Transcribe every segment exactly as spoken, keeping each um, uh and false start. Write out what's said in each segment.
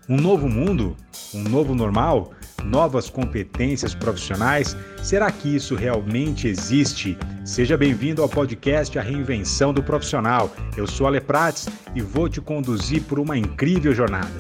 Um novo mundo? Um novo normal? Novas competências profissionais? Será que isso realmente existe? Seja bem-vindo ao podcast A Reinvenção do Profissional. Eu sou Ale Prates e vou te conduzir por uma incrível jornada.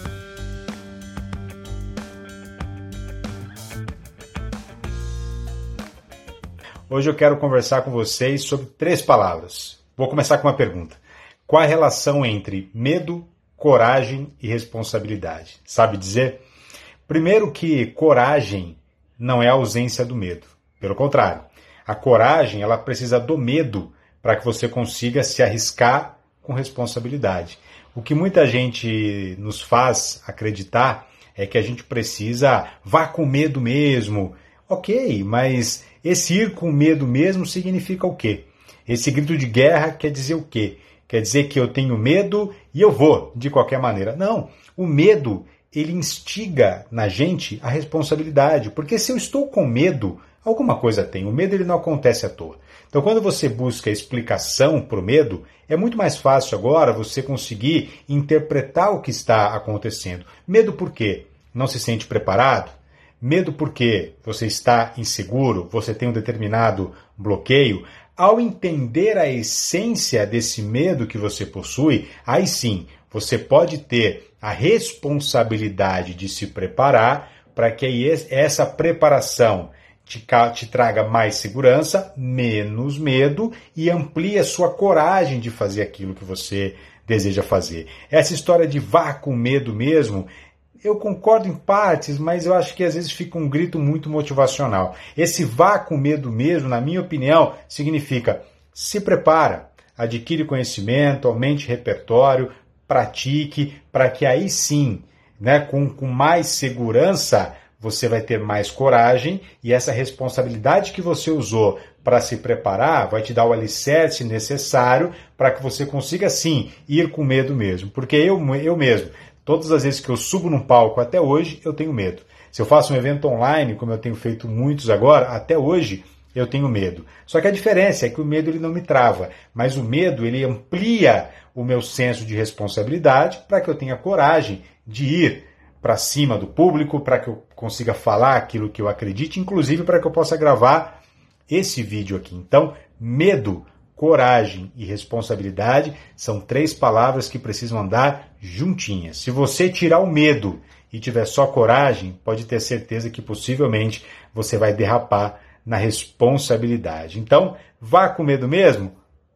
Hoje eu quero conversar com vocês sobre três palavras. Vou começar com uma pergunta. Qual a relação entre medo, coragem e responsabilidade? Sabe dizer? Primeiro que coragem não é a ausência do medo. Pelo contrário, a coragem ela precisa do medo para que você consiga se arriscar com responsabilidade. O que muita gente nos faz acreditar é que a gente precisa vá com medo mesmo. Ok, mas esse ir com medo mesmo significa o quê? Esse grito de guerra quer dizer o quê? Quer dizer que eu tenho medo e eu vou, de qualquer maneira. Não, o medo, ele instiga na gente a responsabilidade. Porque se eu estou com medo, alguma coisa tem. O medo ele não acontece à toa. Então, quando você busca explicação para o medo, é muito mais fácil agora você conseguir interpretar o que está acontecendo. Medo por quê? Não se sente preparado? Medo porque você está inseguro, você tem um determinado bloqueio. Ao entender a essência desse medo que você possui, aí sim, você pode ter a responsabilidade de se preparar para que essa preparação te, te traga mais segurança, menos medo e amplie a sua coragem de fazer aquilo que você deseja fazer. Essa história de vá com medo mesmo, eu concordo em partes, mas eu acho que às vezes fica um grito muito motivacional. Esse vá com medo mesmo, na minha opinião, significa se prepara, adquire conhecimento, aumente repertório, pratique, para que aí sim, né, com, com mais segurança, você vai ter mais coragem e essa responsabilidade que você usou para se preparar vai te dar o alicerce necessário para que você consiga sim ir com medo mesmo. Porque eu, eu mesmo... Todas as vezes que eu subo num palco até hoje, eu tenho medo. Se eu faço um evento online, como eu tenho feito muitos agora, até hoje eu tenho medo. Só que a diferença é que o medo ele não me trava, mas o medo ele amplia o meu senso de responsabilidade para que eu tenha coragem de ir para cima do público, para que eu consiga falar aquilo que eu acredite, inclusive para que eu possa gravar esse vídeo aqui. Então, medo, coragem e responsabilidade são três palavras que precisam andar juntinhas. Se você tirar o medo e tiver só coragem, pode ter certeza que possivelmente você vai derrapar na responsabilidade. Então, vá com medo mesmo?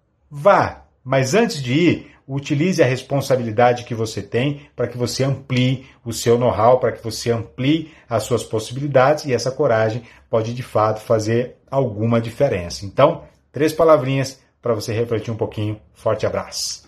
Vá! Mas antes de ir, utilize a responsabilidade que você tem para que você amplie o seu know-how, para que você amplie as suas possibilidades e essa coragem pode de fato fazer alguma diferença. Então, três palavrinhas para você refletir um pouquinho. Forte abraço!